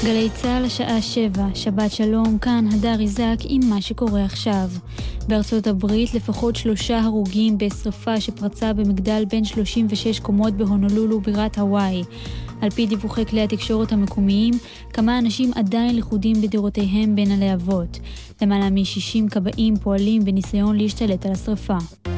גלי צהל השעה 7, שבת שלום, כאן הדר איזק עם מה שקורה עכשיו. בארצות הברית לפחות 3 הרוגים בשריפה שפרצה במגדל בין 36 קומות בהונולולו בירת הוואי. על פי דיווחי כלי התקשורת המקומיים, כמה אנשים עדיין לכודים בדירותיהם בין הלהבות. למעלה מ-60 כבאים פועלים בניסיון להשתלט על השריפה.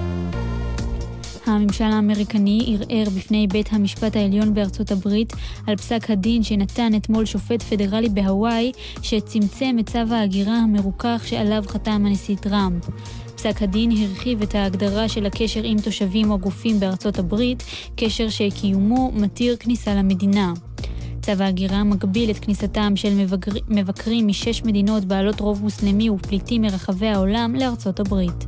הממשל האמריקני ערער בפני בית המשפט העליון בארצות הברית על פסק הדין שנתן אתמול שופט פדרלי בהוואי שצמצם את צו ההגירה המרוכך שעליו חתם הנשיא טראמפ. פסק הדין הרחיב את ההגדרה של הקשר עם תושבים או גופים בארצות הברית, קשר שקיומו מתיר כניסה למדינה. צו ההגירה מגביל את כניסתם של מבקרים מ6 מדינות בעלות רוב מוסלמי ופליטים מרחבי העולם לארצות הברית.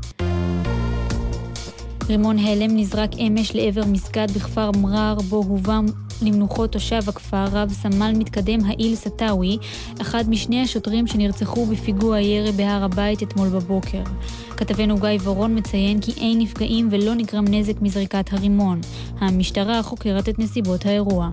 רימון הלם נזרק אמש לעבר מסגד בכפר מרר בו הובא למנוחות תושב הכפר רב סמל מתקדם האיל סטאווי, אחד משני השוטרים שנרצחו בפיגוע ירי בהר הבית אתמול בבוקר. כתבנו גיא ורון מציין כי אין נפגעים ולא נגרם נזק מזריקת הרימון. המשטרה חוקרת את נסיבות האירוע.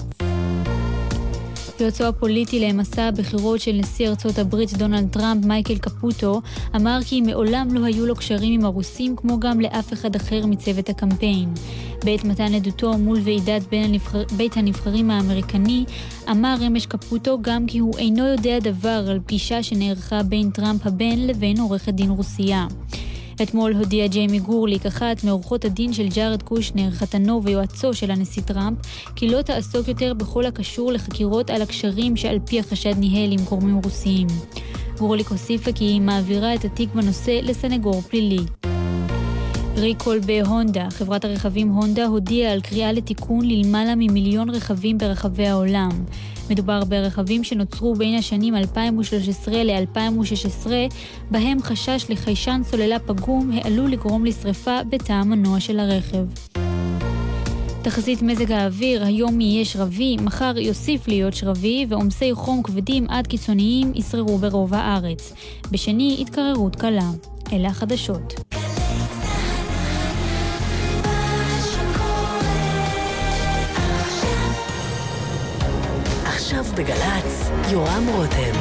יועצו הפוליטי למסע הבחירות של נשיא ארצות הברית דונלד טראמפ, מייקל קפוטו, אמר כי מעולם לא היו לו קשרים עם הרוסים כמו גם לאף אחד אחר מצוות הקמפיין. בעת מתן עדותו מול ועידת בית הנבחרים האמריקני, אמר אמש קפוטו גם כי הוא אינו יודע דבר על פגישה שנערכה בין טראמפ הבן לבין עורכת דין רוסיה. אתמול הודיע ג'יימי גורליק, אחת מעורכות הדין של ג'ארד קושנר, חתנו ויועצו של הנשיא טראמפ, כי לא תעסוק יותר בכל הקשור לחקירות על הקשרים שעל פי החשד ניהל עם גורמים רוסיים. גורליק הוסיפה כי היא מעבירה את התיק בנושא לסנגור פלילי. ריקול בהונדה, חברת הרכבים הונדה, הודיעה על קריאה לתיקון ללמעלה ממיליון רכבים ברחבי העולם. מדובר ברכבים שנוצרו בין השנים 2013 ל-2016, בהם חשש לחיישן סוללה פגום העלול לגרום לשריפה בתא המנוע של הרכב. תחזית מזג האוויר, היום יהיה שרבי, מחר יוסיף להיות שרבי, ועומסי חום כבדים עד קיצוניים ישררו ברוב הארץ. בשני התקררות קלה. אלה החדשות. עכשיו בגלץ, יורם רותם.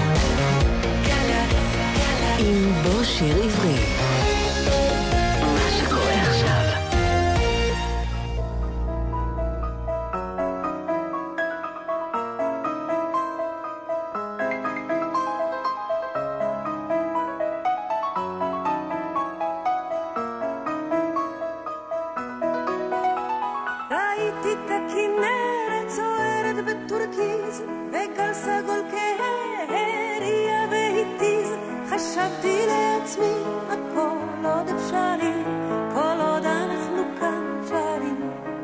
עם בו שיר עברי. מה שקורה עכשיו. ראיתי את הכנרת צוערת בטורקיז וגל סגול כהריה והתיז, חשבתי לעצמי הכל עוד אפשרי כל עוד אנחנו כאן שרים.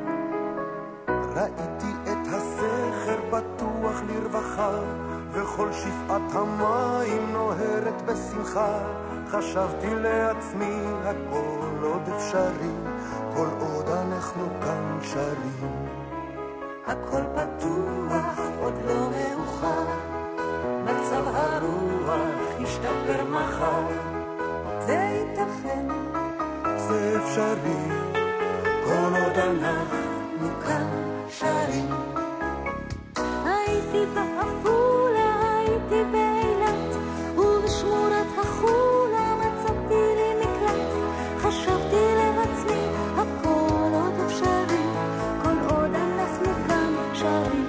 ראיתי את הסכר פתוח לרווחה וכל שפעת המים נוהרת בשמחה, חשבתי לעצמי הכל עוד אפשרי כל עוד אנחנו כאן שרים. הכל פתוח, עוד לא מאוחר, מצב הרוח ישתפר מחר. זה ייתכן, זה אפשרי, כל עוד אנחנו כאן שרים. הייתי בעפולה, הייתי באילת, ובשמורת החולה מצאתי לי מקלט. חשבתי לעצמי, הכל עוד אפשרי, כל עוד אנחנו כאן שרים.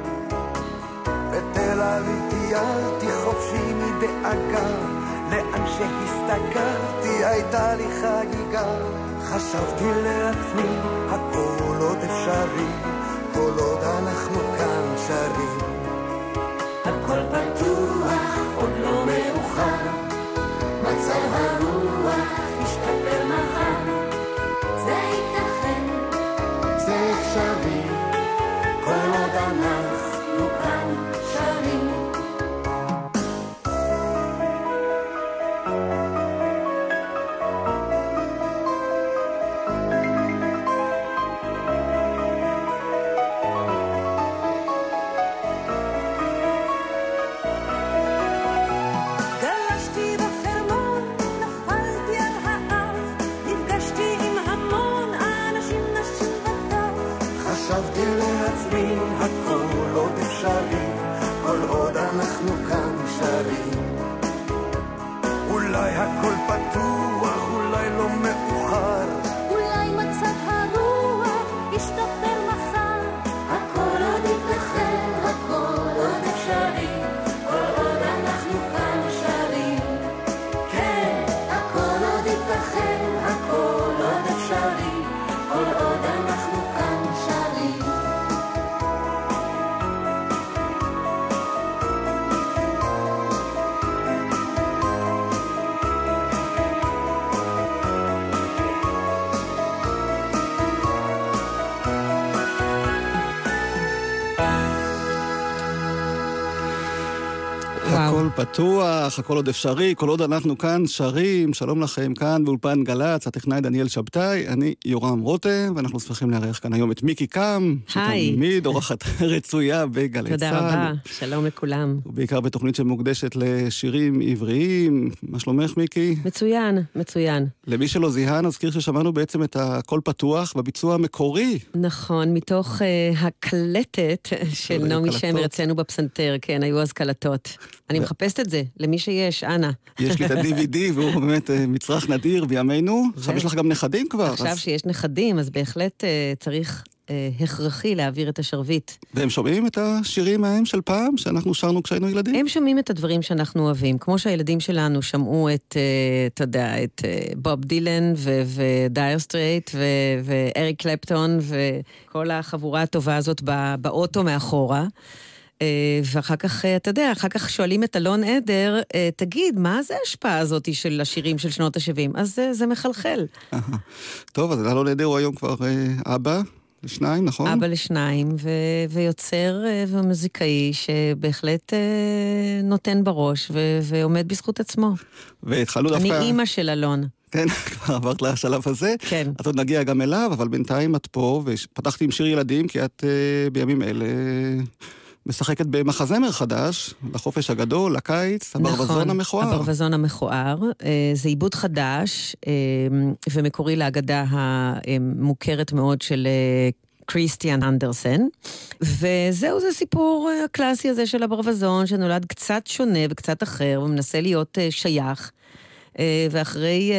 בתל אביב טיילתי חופשי מדאגה, לאן שהסתכלתי הייתה לי חגיגה. חשבתי לעצמי, הכל עוד אפשרי, כל עוד אנחנו כאן שרים. הכל פתוח, עוד לא מאוחר, מצב הרוח ישתפר מחר. זה ייתכן, זה אפשרי, כל עוד אנחנו כאן שרים. גלשתי בחרמון, נפלתי על האף, נפגשתי עם המון אנשים, נשים וטף. חשבתי לעצמי, הכל עוד אפשרי, כל עוד אנחנו כאן פתוח, הכל עוד אפשרי, כל עוד אנחנו כאן שרים, שלום לכם כאן באולפן גלץ, הטכנאי דניאל שבתאי, אני יורם רותם, ואנחנו שמחים לארח כאן היום את מיקי קם, שתמיד אורחת רצויה בגלי צה"ל. תודה רבה, שלום לכולם. ובעיקר בתוכנית שמוקדשת לשירים עבריים. מה שלומך מיקי? מצוין, מצוין. למי שלא זיהה, נזכיר ששמענו בעצם את הכל פתוח בביצוע המקורי. נכון, מתוך הקלטת של נעמי שמר אצלנו בפסנתר, כן, היו אז קלטות. אני מחפשת את זה, למי שיש, אנא. יש לי את ה-DVD, והוא באמת מצרך נדיר בימינו. עכשיו יש לך גם נכדים כבר. עכשיו שיש נכדים, אז בהחלט צריך הכרחי להעביר את השרביט. והם שומעים את השירים ההם של פעם, שאנחנו שרנו כשהיינו ילדים? הם שומעים את הדברים שאנחנו אוהבים, כמו שהילדים שלנו שמעו את, אתה יודע, את בוב דילן ודייר סטרייט ואריק קלפטון וכל החבורה הטובה הזאת באוטו מאחורה. ואחר כך, אתה יודע, אחר כך שואלים את אלון עדר, תגיד, מה זה ההשפעה הזאת של השירים של שנות ה-70? אז זה מחלחל. טוב, אז אלון עדר הוא היום כבר אבא לשניים, נכון? אבא לשניים, ויוצר ומוזיקאי שבהחלט נותן בראש ועומד בזכות עצמו. והתחלנו דווקא... אני אימא של אלון. כן, כבר עברת לשלב הזה. כן. את עוד נגיע גם אליו, אבל בינתיים את פה, ופתחתי עם שיר ילדים, כי את בימים אלה... משחקת במחזמר חדש, לחופש הגדול, לקיץ, הברווזון המכוער. נכון, הברווזון המכוער. זה עיבוד חדש, ומקורי להגדה המוכרת מאוד של קריסטיאן אנדרסן. וזהו, זה סיפור הקלאסי הזה של הברווזון, שנולד קצת שונה וקצת אחר, ומנסה להיות שייך. ואחרי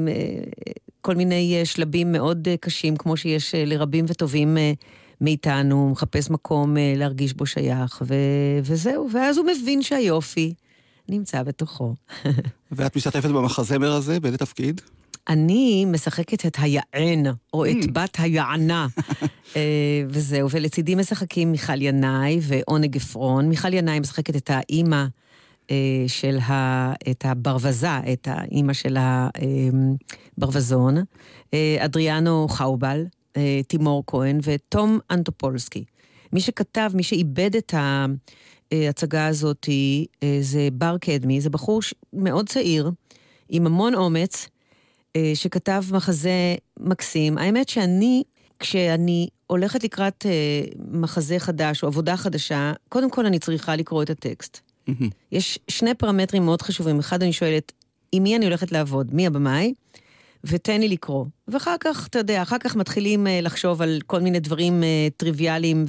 כל מיני שלבים מאוד קשים, כמו שיש לרבים וטובים מאיתנו, מחפש מקום להרגיש בו שייך, וזהו, ואז הוא מבין שהיופי נמצא בתוכו. ואת משתתפת במחזמר הזה, באיזה תפקיד? אני משחקת את היען, או את בת היענה, וזהו, ולצידי משחקים מיכל ינאי ועונג אפרון. מיכל ינאי משחקת את האימא של את הברווזה, את האימא של הברווזון, אדריאנו חאובל, תימור כהן ותום אנטופולסקי. מי שכתב, מי שאיבד את ההצגה הזאת זה בר קדמי, זה בחור מאוד צעיר, עם המון אומץ, שכתב מחזה מקסים. האמת כשאני הולכת לקראת מחזה חדש או עבודה חדשה, קודם כל אני צריכה לקרוא את הטקסט. יש שני פרמטרים מאוד חשובים. אחד, אני שואלת, עם מי אני הולכת לעבוד? מי הבמאי? ותן לי לקרוא. ואחר כך, אתה יודע, אחר כך מתחילים לחשוב על כל מיני דברים טריוויאליים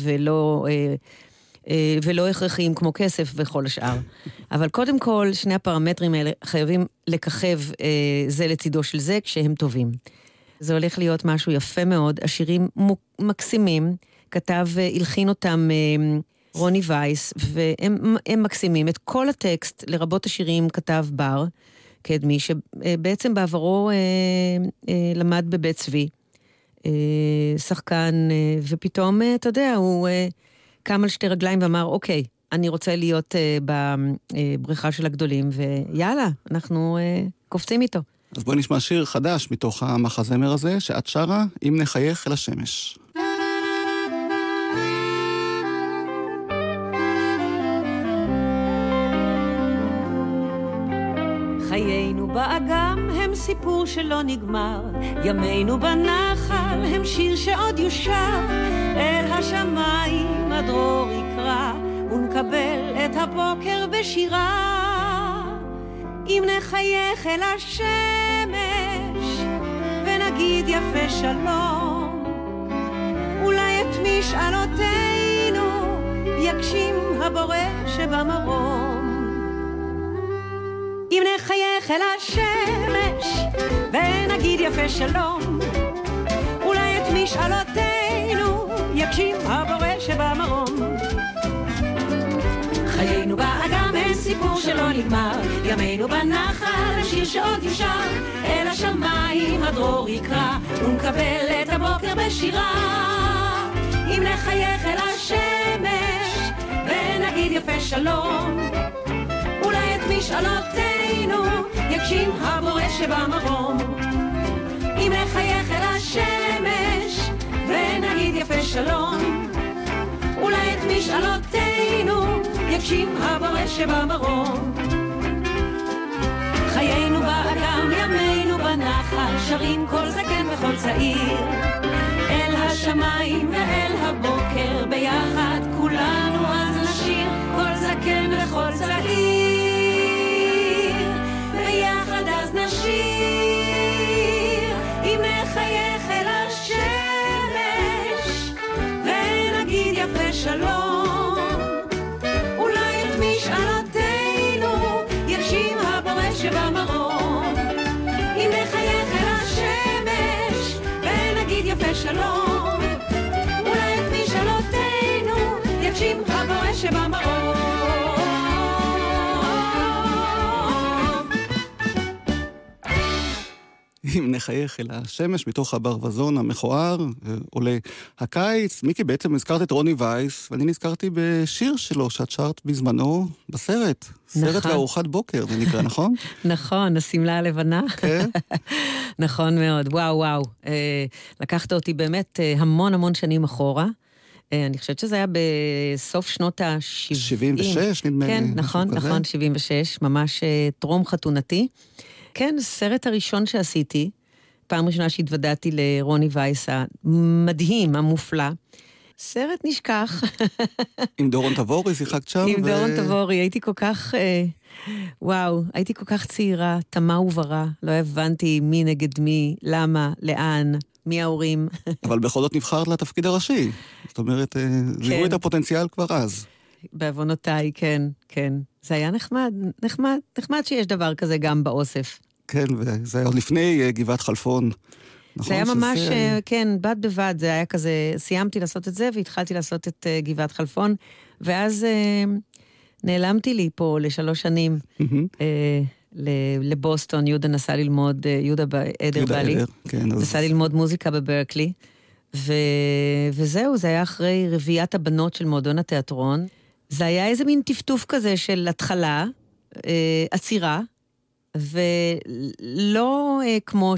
ולא הכרחיים כמו כסף וכל השאר. אבל קודם כל, שני הפרמטרים האלה חייבים לככב זה לצידו של זה כשהם טובים. זה הולך להיות משהו יפה מאוד. השירים מקסימים, הלחין אותם רוני וייס, והם מקסימים. את כל הטקסט, לרבות השירים, כתב בר קדמי, שבעצם בעברו למד בבית צבי, שחקן, ופתאום, אתה יודע, הוא קם על שתי רגליים ואמר, אוקיי, אני רוצה להיות בבריכה של הגדולים, ויאללה, אנחנו קופצים איתו. אז בואי נשמע שיר חדש מתוך המחזמר הזה, שאת שרה, אם נחייך אל השמש. חיינו באגם הם סיפור שלא נגמר, ימינו בנחל הם שיר שעוד יושר, אל השמיים הדרור יקרא, ונקבל את הבוקר בשירה. אם נחייך אל השמש ונגיד יפה שלום, אולי את משאלותינו יגשים הבורא שבמרום. אם נחייך אל השמש ונגיד יפה שלום, אולי את משאלותינו יגשים הבורא שבמרום. חיינו באגם הם סיפור שלא נגמר, ימינו בנחל שיר שעוד יושר, אל השמיים הדרור יקרא, ונקבל את הבוקר בשירה. אם נחייך אל השמש ונגיד יפה שלום, אולי את משאלותינו יגשים הבורא שבמרום. אם נחייך אל השמש ונגיד יפה שלום, אולי את משאלותינו יגשים הבורא שבמרום. חיינו באגם, ימינו בנחל, שרים כל זקן וכל צעיר. אל השמיים ואל הבוקר, ביחד כולנו אז נשיר, כל זקן וכל צעיר. ביחד אז נשיר, אם נחייך אל השמש, ונגיד יפה שלום. אולי את משאלותינו יגשים הבורא שבמרום. אם נחייך אל השמש, ונגיד יפה שלום. אולי את משאלותינו יגשים הבורא שבמרום. אם נחייך אל השמש מתוך הברווזון המכוער, עולה הקיץ. מיקי, בעצם הזכרת את רוני וייס, ואני נזכרתי בשיר שלו שאת שרת בזמנו בסרט. סרט וארוחת בוקר, זה נקרא, נכון? נכון, השמלה הלבנה. כן. נכון מאוד, וואו. לקחת אותי באמת המון המון שנים אחורה. אני חושבת שזה היה בסוף שנות ה-70. 76, נדמה לי. כן, נכון, 76, ממש טרום חתונתי. כן, הסרט הראשון שעשיתי, פעם ראשונה שהתוודעתי לרוני וייס המדהים, המופלא. סרט נשכח. עם דורון תבורי, שיחקת שם? עם דורון תבורי, הייתי כל כך, הייתי כל כך צעירה, תמה וברא, לא הבנתי מי נגד מי, למה, לאן, מי ההורים. אבל בכל זאת נבחרת לתפקיד הראשי. זאת אומרת, זיהו את הפוטנציאל כבר אז. בעוונותיי, כן. זה היה נחמד שיש דבר כזה גם באוסף. כן, וזה היה עוד לפני גבעת חלפון. זה היה ממש, כן, בד בבד, זה היה כזה, סיימתי לעשות את זה, והתחלתי לעשות את גבעת חלפון, ואז נעלמתי לי פה ל3 שנים, לבוסטון, יהודה נסע ללמוד, יהודה עדר בלי, נסע ללמוד מוזיקה בברקלי, וזהו, זה היה אחרי רביעיית הבנות של מועדון התיאטרון, זה היה איזה מין טפטוף כזה של התחלה, עצירה, ולא כמו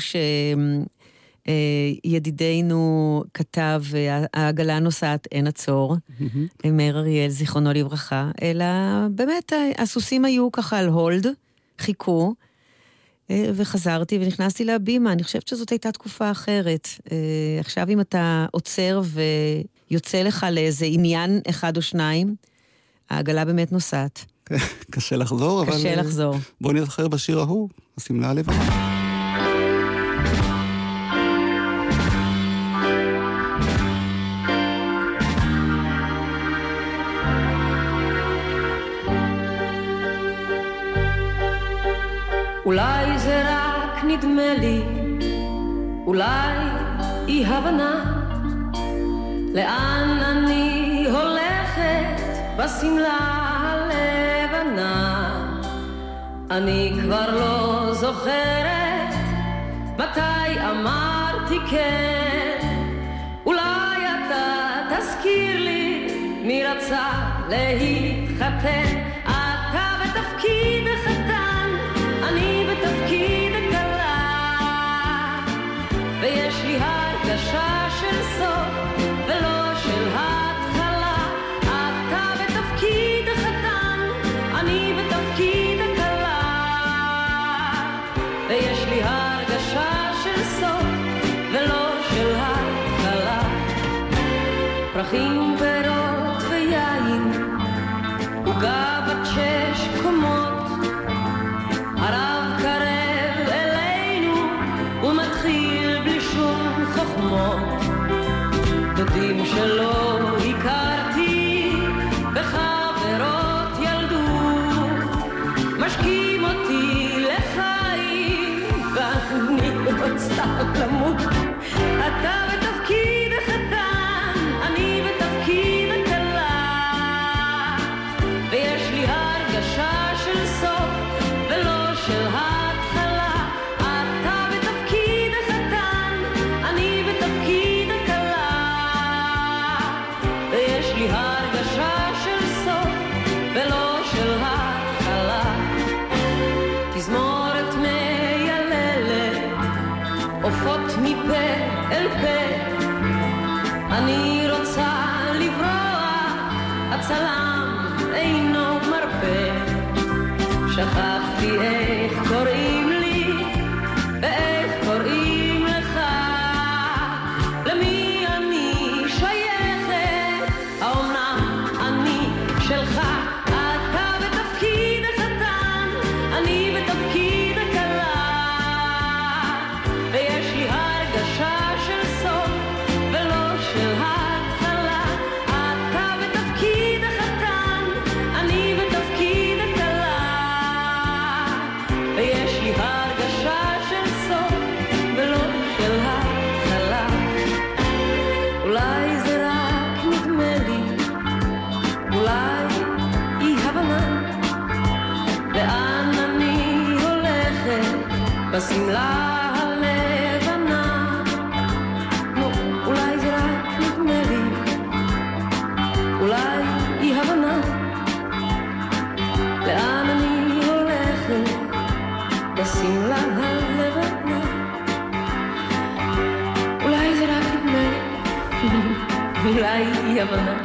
שידידנו כתב, העגלה נוסעת אין עצור, מאיר אריאל, זיכרונו לברכה, אלא באמת הסוסים היו ככה על הולד, חיכו, וחזרתי ונכנסתי להבימה. אני חושבת שזאת הייתה תקופה אחרת. עכשיו אם אתה עוצר ויוצא לך לאיזה עניין 1 או 2, העגלה באמת נוסעת. קשה לחזור, אבל... קשה לחזור. בואו נזכר בשיר ההוא, השמלה הלבנה. אולי זה רק נדמה לי, אולי אי הבנה, לאן אני הולכת בשמלה הלבנה. אני כבר לא זוכרת מתי אמרתי כן. אולי אתה תזכיר לי מי רצה להתחתן. אתה בתפקיד החתן, אני בתפקיד הכלה, ויש לי הרגשה של סוף ולא של התחלה. אתה בתפקיד החתן, אני בתפקיד הכלה, ויש לי הרגשה של סוף ולא של התחלה. פרחים, פירות ויין, עוגה בת 6 קומות, הרב קרב אלינו ומתחיל בלי שום חוכמות. דודים שלא הכרתי וחברות ילדות משקים אותי לחיים ואני רוצה למות. אתה בתפקיד החתן, אני בתפקיד הכלה, ויש לי הרגשה של סוף ולא של התחלה. אתה בתפקיד החתן, אני בתפקיד הכלה, ויש לי הרגשה של סוף ולא של התחלה. תזמורת מייללת, עופות מפה אל פה, אני רוצה לברוח, הצלם אינו מרפא. שכחתי איך קוראים בשמלה הלבנה. נו, אולי זה רק נדמה לי, אולי היא הבנה לאן אני הולכת בשמלה הלבנה. אולי זה רק נדמה לי, אולי היא הבנה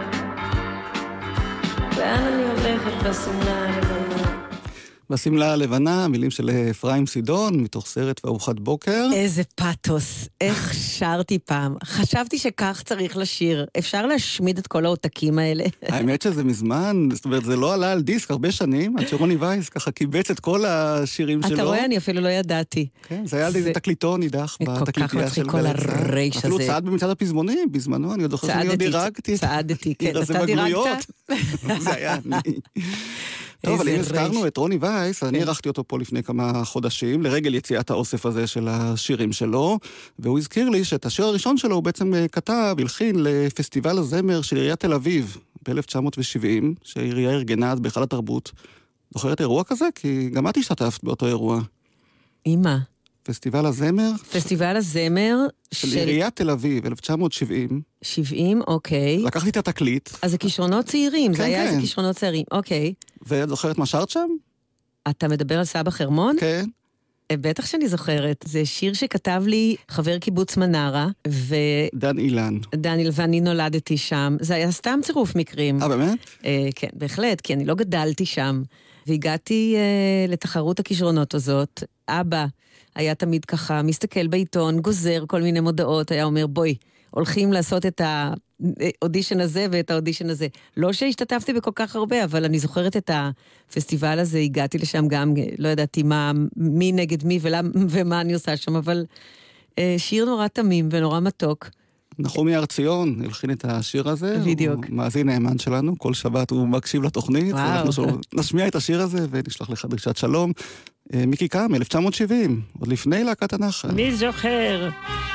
לאן אני הולכת בשמלה הלבנה. בשמלה הלבנה, מילים של אפרים סידון, מתוך סרט וארוחת בוקר. איזה פאטוס, איך שרתי פעם. חשבתי שכך צריך לשיר. אפשר להשמיד את כל העותקים האלה. האמת שזה מזמן, זאת אומרת, זה לא עלה על דיסק הרבה שנים, עד שרוני וייס ככה קיבץ את כל השירים שלו. אתה רואה, אני אפילו לא ידעתי. כן, זה היה על איזה תקליטון נידח בתקליטייה של... כל כך מצחיק כל הרייש הזה. אפילו צעד במצעד הפזמונים, בזמנו, אני עוד זוכר שאני עוד דירגתי. צעדתי, כן, אתה דירגת? זה היה אני. טוב, אבל אם הזכרנו את רוני וייס, אני ערכתי אותו פה לפני כמה חודשים, לרגל יציאת האוסף הזה של השירים שלו, והוא הזכיר לי שאת השיר הראשון שלו הוא בעצם כתב, הלחין לפסטיבל הזמר של עיריית תל אביב ב-1970, שהעירייה ארגנה אז בהיכל התרבות. זוכרת אירוע כזה? כי גם את השתתפת באותו אירוע. אימא. פסטיבל הזמר? פסטיבל הזמר של עיריית תל אביב, 1970. 70, אוקיי. לקחתי את התקליט. אז זה כישרונות צעירים, כן, זה היה כן. איזה כישרונות צעירים, אוקיי. ואת זוכרת מה שרת שם? אתה מדבר על סבא חרמון? כן. בטח שאני זוכרת. זה שיר שכתב לי חבר קיבוץ מנרה, דן אילן. דן אילן, ואני נולדתי שם. זה היה סתם צירוף מקרים. באמת? כן, בהחלט, כי אני לא גדלתי שם. והגעתי לתחרות הכישרונות הזאת. אבא היה תמיד ככה, מסתכל בעיתון, גוזר כל מיני מודעות, היה אומר, בואי, הולכים לעשות את האודישן הזה ואת האודישן הזה. לא שהשתתפתי בכל כך הרבה, אבל אני זוכרת את הפסטיבל הזה, הגעתי לשם גם, לא ידעתי מי נגד מי ומה אני עושה שם, אבל שיר נורא תמים ונורא מתוק. נחומי הר-ציון הלחין את השיר הזה. בדיוק. הוא מאזין נאמן שלנו, כל שבת הוא מקשיב לתוכנית. אנחנו נשמיע את השיר הזה ונשלח לך דרישת שלום. מיקי קאם, 1970, עוד לפני להקת הנחל. מי זוכר?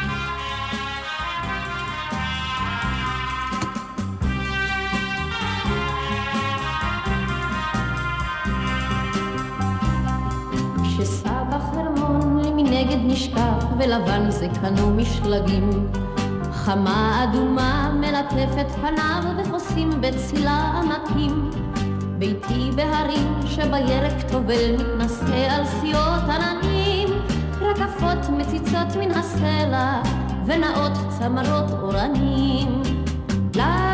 שסבא חרמון מנגד נשכח ולבן זה קנו משלגים, חמה אדומה מלטפת פניו וחוסים בצילה עמקים, ביתי בהרים שבירק טובל מתנשא על סיעות עננים, רקפות מציצות מן הסלע ונאות צמרות אורנים. לה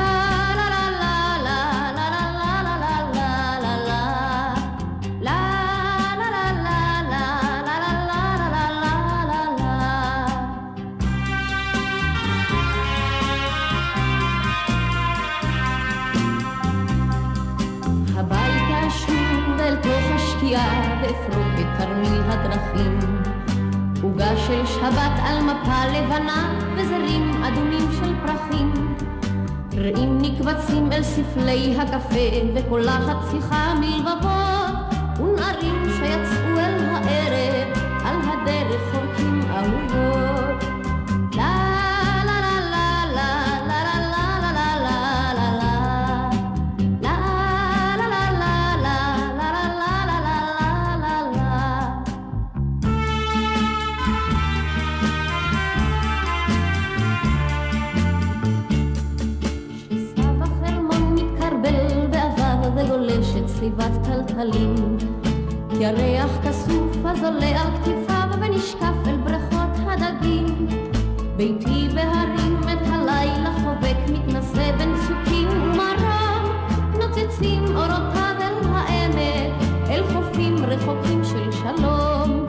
ואפרוק את תרמיל הדרכים, עוגה של שבת על מפה לבנה וזרים אדומים של פרחים, רעים נקבצים אל ספלי הקפה וקולחת שיחה מלבבות, ונערים שיצאו אל הערב על הדרך חורקים אהובות. סביבת טלטלים, ירח כסוף הזולה על כתפיו ונשקף אל בריכות הדגים, ביתי בהרים את הלילה חובק מתנשא בין צוקים ומרם, נוצצים אורותיו אל העמק אל חופים רחוקים של שלום.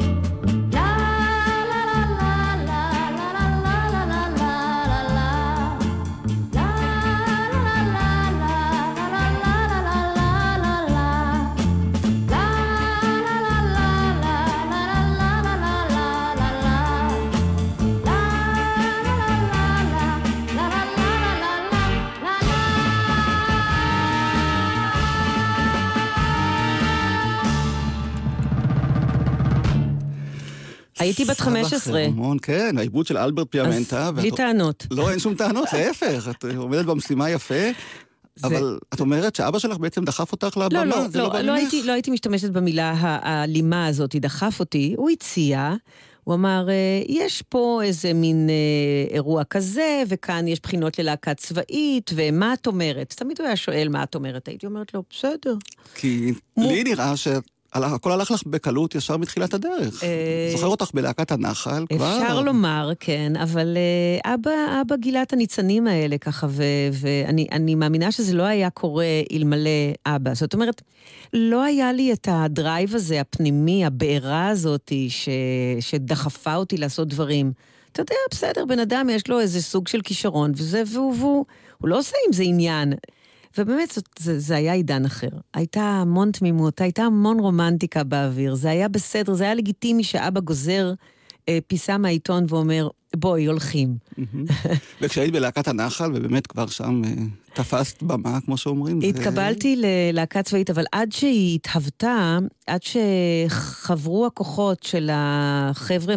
הייתי בת 15. כן, העיבוד של אלברט פיאמנטה. בלי טענות. לא, אין שום טענות, להפך. את עומדת במשימה יפה. אבל את אומרת שאבא שלך בעצם דחף אותך לבמה? לא הייתי משתמשת במילה האלימה הזאת, היא דחף אותי, הוא הציע, הוא אמר, יש פה איזה מין אירוע כזה, וכאן יש בחינות ללהקה צבאית, ומה את אומרת? תמיד הוא היה שואל מה את אומרת, הייתי אומרת לו, בסדר. כי לי נראה הכל הלך לך בקלות ישר מתחילת הדרך. זוכר אותך בלהקת הנחל כבר? אפשר לומר, כן, אבל אבא גילה את הניצנים האלה ככה, ואני מאמינה שזה לא היה קורה אלמלא אבא. זאת אומרת, לא היה לי את הדרייב הזה, הפנימי, הבעירה הזאת, שדחפה אותי לעשות דברים. אתה יודע, בסדר, בן אדם יש לו איזה סוג של כישרון, והוא לא עושה עם זה עניין. ובאמת זה היה עידן אחר. הייתה המון תמימות, הייתה המון רומנטיקה באוויר, זה היה בסדר, זה היה לגיטימי שאבא גוזר פיסה מהעיתון ואומר, בואי, הולכים. וכשהיית בלהקת הנחל, ובאמת כבר שם תפסת במה, כמו שאומרים. התקבלתי ללהקה צבאית, אבל עד שהיא התהוותה, עד שחברו הכוחות של החבר'ה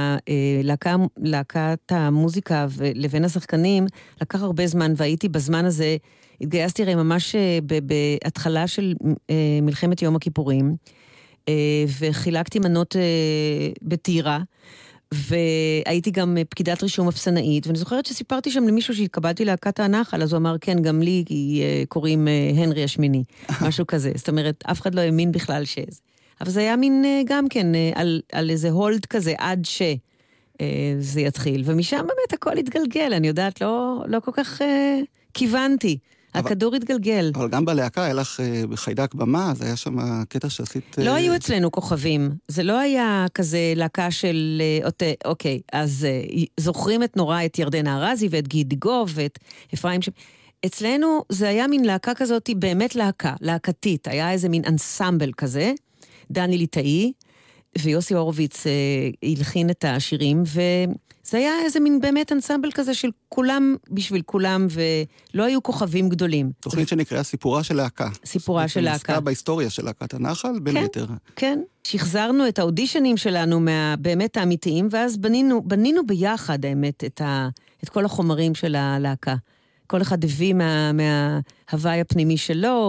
מהלהקת המוזיקה לבין השחקנים, לקח הרבה זמן, והייתי בזמן הזה, התגייסתי הרי ממש בהתחלה של מלחמת יום הכיפורים, וחילקתי מנות בטירה, והייתי גם פקידת רישום אפסנאית, ואני זוכרת שסיפרתי שם למישהו שהתקבלתי להקת הנחל, אז הוא אמר, כן, גם לי קוראים הנרי השמיני, משהו כזה. זאת אומרת, אף אחד לא האמין בכלל שזה. אבל זה היה מין גם כן על איזה הולד כזה, עד שזה יתחיל. ומשם באמת הכל התגלגל, אני יודעת, לא כל כך כיוונתי. הכדור התגלגל. אבל גם בלהקה היה לך בחיידק במה, אז היה שם קטע שעשית... לא היו אצלנו כוכבים. זה לא היה כזה להקה של... אוקיי, אז זוכרים נורא את ירדנה ארזי ואת גידי גוב ואת אפרים ש... אצלנו זה היה מין להקה כזאת, באמת להקתית. היה איזה מין אנסמבל כזה, דני ליטאי, ויוסי הורוביץ הלחין את השירים, זה היה איזה מין באמת אנסמבל כזה של כולם בשביל כולם, ולא היו כוכבים גדולים. תוכנית שנקראה סיפורה של להקה. סיפורה של להקה. עסקה בהיסטוריה של להקת הנחל, בין היתר. כן, שחזרנו את האודישנים שלנו באמת האמיתיים, ואז בנינו ביחד האמת את כל החומרים של הלהקה. כל אחד הביא מההוואי הפנימי שלו,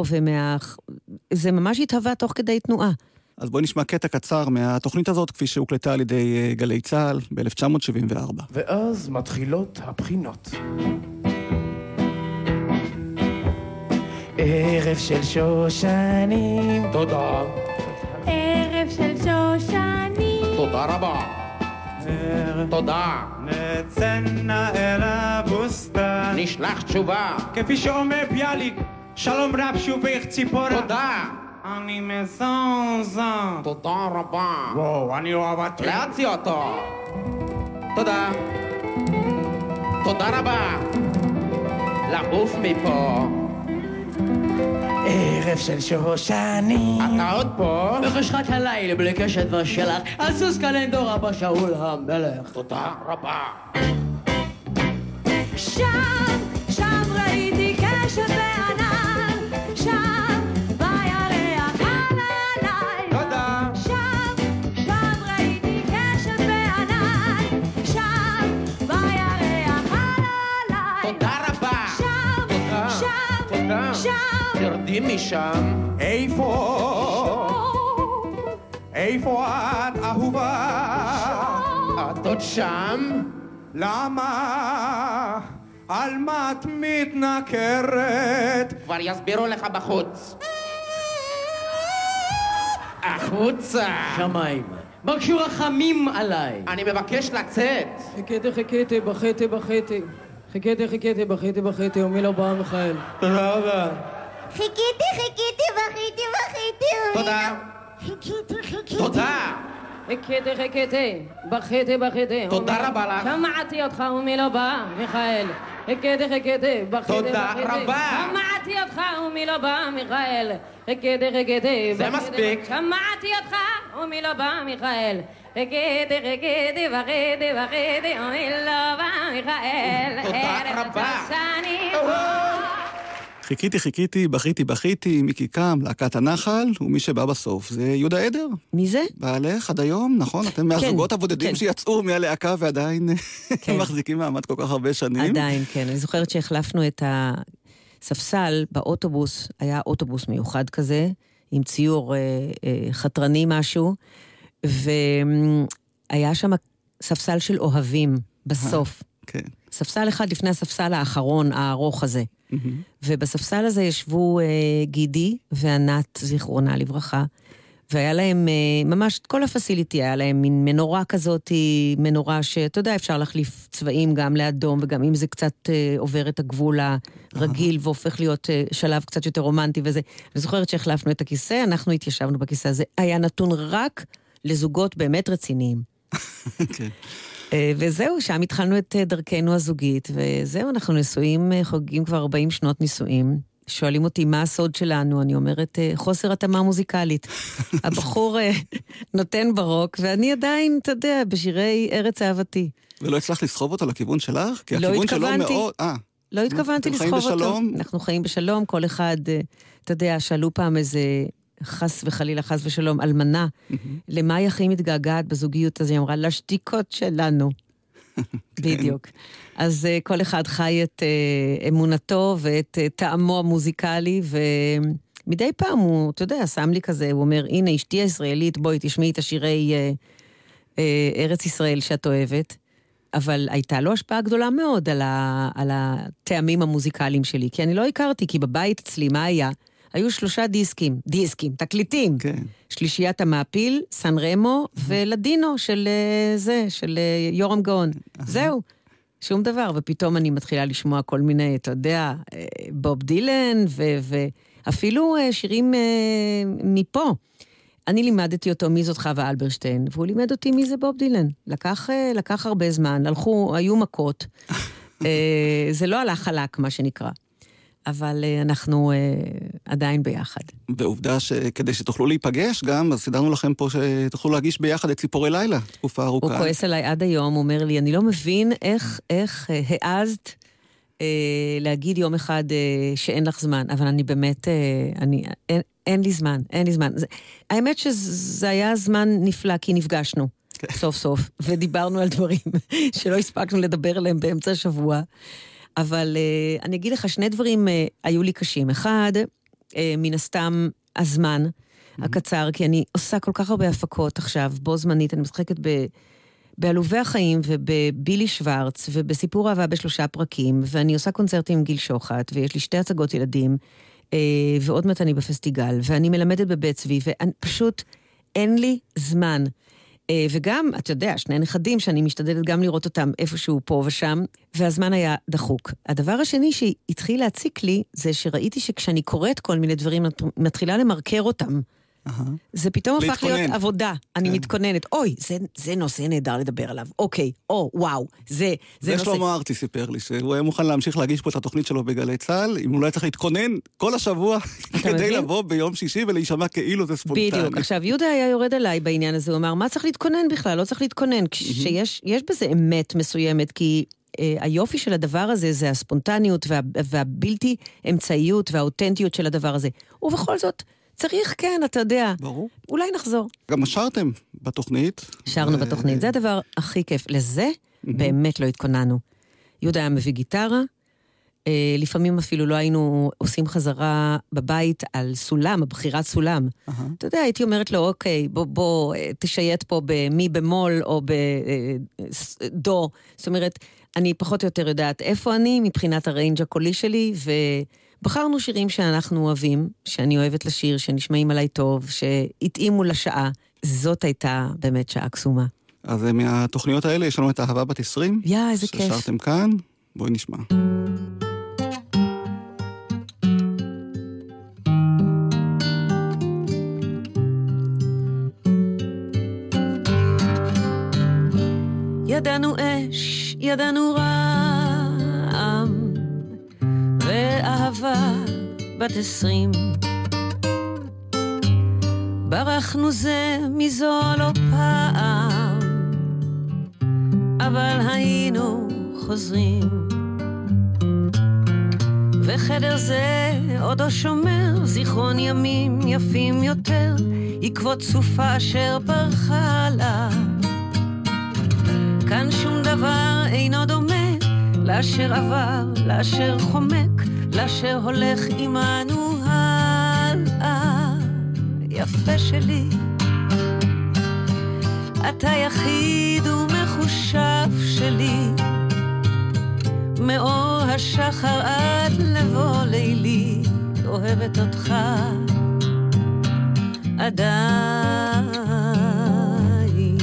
זה ממש התהווה תוך כדי תנועה. אז בואי נשמע קטע קצר מהתוכנית הזאת, כפי שהוקלטה על ידי גלי צהל ב-1974. ואז מתחילות הבחינות. ערב של שושנים. תודה. ערב של שושנים. תודה רבה. תודה. נצא אל הבוסתן. נשלח תשובה. כפי שאומר ביאליק, שלום רב שובך ציפורה. תודה. אני מזונזון. תודה רבה. וואו, אני אוהב את... להציע אותו. תודה. תודה רבה. לעוף מפה. ערב של שושנים. אתה עוד פה? בחשכת הלילה בלי קשת ושלח, על סוס קלנדור אבא שאול המלך. תודה רבה. שם ראיתי קשת בענן, שם בירח על עליי. תודה. שם ראיתי קשת בענן, שם בירח על עליי. תודה רבה. תודה. יורדים משם. איפה את אהובה? את עוד שם? למה? על מה את מתנכרת? כבר יסבירו לך בחוץ. החוצה. שמיים. בקשו רחמים עליי. אני מבקש לצאת. חיכיתי, בכיתי, ומי לא בא מיכאל. תודה רבה. חיכיתי, בכיתי. תודה. תודה. בכיתי. תודה רבה לך. שמעתי אותך ומי לא בא, מיכאל. חיכיתי, תודה רבה. שמעתי אותך ומי לא בא, מיכאל. חיכיתי. זה מספיק. שמעתי אותך ומי לא בא, מיכאל. חיכיתי, ומי לא בא, מיכאל. תודה רבה. חיכיתי, בכיתי, מיקי קם, להקת הנחל, ומי שבא בסוף זה יהודה עדר. מי זה? בעלך עד היום, נכון? אתם מהזוגות הבודדים שיצאו מהלהקה ועדיין מחזיקים מעמד כל כך הרבה שנים. עדיין, כן. אני זוכרת שהחלפנו את הספסל באוטובוס, היה אוטובוס מיוחד כזה, עם ציור חתרני משהו, והיה שם ספסל של אוהבים בסוף. כן. ספסל אחד לפני הספסל האחרון, הארוך הזה. ובספסל הזה ישבו גידי וענת, זיכרונה לברכה, והיה להם ממש כל הפסיליטי, היה להם מין מנורה כזאת, מנורה שאתה יודע, אפשר להחליף צבעים גם לאדום, וגם אם זה קצת עובר את הגבול הרגיל, והופך להיות שלב קצת יותר רומנטי וזה. אני זוכרת שהחלפנו את הכיסא, אנחנו התיישבנו בכיסא הזה, היה נתון רק לזוגות באמת רציניים. כן. וזהו, שם התחלנו את דרכנו הזוגית, וזהו, אנחנו נשואים, חוגגים כבר 40 שנות נישואים. שואלים אותי מה הסוד שלנו, אני אומרת, חוסר התאמה מוזיקלית. הבחור נותן ברוק, ואני עדיין, אתה יודע, בשירי ארץ אהבתי. ולא הצלחת לסחוב אותו לכיוון שלך? כי לא הכיוון שלו מאוד... לא התכוונתי לסחוב אותו. חיים בשלום? אנחנו חיים בשלום, כל אחד, אתה יודע, שאלו פעם איזה חס וחלילה, חס ושלום, אלמנה, למה היא הכי מתגעגעת בזוגיות הזה? היא אמרה, לשתיקות שלנו. בדיוק. אז כל אחד חי את אמונתו ואת טעמו המוזיקלי, ומדי פעם הוא, אתה יודע, שם לי כזה, הוא אומר, הנה, אשתי הישראלית, בואי תשמעי את השירי ארץ ישראל שאת אוהבת, אבל הייתה לו השפעה גדולה מאוד על הטעמים המוזיקליים שלי, כי אני לא הכרתי, כי בבית אצלי, מה היה? היו 3 דיסקים, תקליטים. כן. שלישיית המעפיל, סן רמו, ולדינו של יורם גאון. זהו, שום דבר. ופתאום אני מתחילה לשמוע כל מיני, אתה יודע, בוב דילן, ואפילו שירים מפה. אני לימדתי אותו מי זאת חווה אלברשטיין, והוא לימד אותי מי זה בוב דילן. לקח הרבה זמן, היו מכות. זה לא הלך חלק, מה שנקרא. אבל אנחנו עדיין ביחד. בעובדה שכדי שתוכלו להיפגש גם, אז סידרנו לכם פה שתוכלו להגיש ביחד את ציפורי לילה, תקופה ארוכה. הוא כועס עליי עד היום, הוא אומר לי, אני לא מבין איך העזת להגיד יום אחד שאין לך זמן, אבל אני באמת, אין לי זמן. האמת שזה היה זמן נפלא, כי נפגשנו סוף סוף, ודיברנו על דברים שלא הספקנו לדבר עליהם באמצע השבוע. אבל אני אגיד לך, 2 דברים היו לי קשים. אחד, מן הסתם הזמן הקצר, כי אני עושה כל כך הרבה הפקות עכשיו, בו זמנית, אני משחקת בעלובי החיים ובבילי שוורץ, ובסיפור אהבה ב3 פרקים, ואני עושה קונצרטים עם גיל שוחט, ויש לי 2 הצגות ילדים, ועוד מעט אני בפסטיגל, ואני מלמדת בבית צבי, ופשוט אין לי זמן. וגם, אתה יודע, 2 נכדים שאני משתדלת גם לראות אותם איפשהו פה ושם, והזמן היה דחוק. הדבר השני שהתחיל להציק לי, זה שראיתי שכשאני קוראת כל מיני דברים, מתחילה למרקר אותם. זה פתאום הפך להיות עבודה. אני מתכוננת, אוי, זה נושא נהדר לדבר עליו. אוקיי, וואו, זה נושא. שלמה ארצי סיפר לי שהוא היה מוכן להמשיך להגיש פה את התוכנית שלו בגלי צהל, אם הוא לא היה צריך להתכונן כל השבוע כדי לבוא ביום שישי ולהישמע כאילו זה ספונטני. בדיוק. עכשיו, יהודה היה יורד עליי בעניין הזה, הוא אמר, מה צריך להתכונן בכלל? לא צריך להתכונן, כשיש בזה אמת מסוימת, כי היופי של הדבר הזה זה הספונטניות והבלתי אמצעיות והאותנטיות של הדבר הזה. ובכל זאת, צריך, כן, אתה יודע. ברור. אולי נחזור. גם שרתם בתוכנית. שרנו בתוכנית, זה הדבר הכי כיף. לזה באמת לא התכוננו. יהודה היה מביא גיטרה, לפעמים אפילו לא היינו עושים חזרה בבית על סולם, בחירת סולם. אתה יודע, הייתי אומרת לו, אוקיי, בוא תשייט פה במי במול או בדו. זאת אומרת, אני פחות או יותר יודעת איפה אני מבחינת הריינג' הקולי שלי, בחרנו שירים שאנחנו אוהבים, שאני אוהבת לשיר, שנשמעים עליי טוב, שהתאימו לשעה. זאת הייתה באמת שעה קסומה. אז מהתוכניות האלה יש לנו את אהבה בת 20. איזה כיף. ששרתם כאן, בואי נשמע. ידענו אש, ידענו רעם, ואהבה בת 20. ברחנו זה מזו לא פעם, אבל היינו חוזרים. וחדר זה עודו שומר זיכרון ימים יפים יותר, עקבות סופה אשר ברחה לה. כאן שום דבר אינו דומה לאשר עבר, לאשר חומק, לאשר הולך עמנו הלאה. יפה שלי, אתה יחיד ומחוזק, מחושב שלי, מאור השחר עד לבוא לילי, אוהבת אותך עדיין.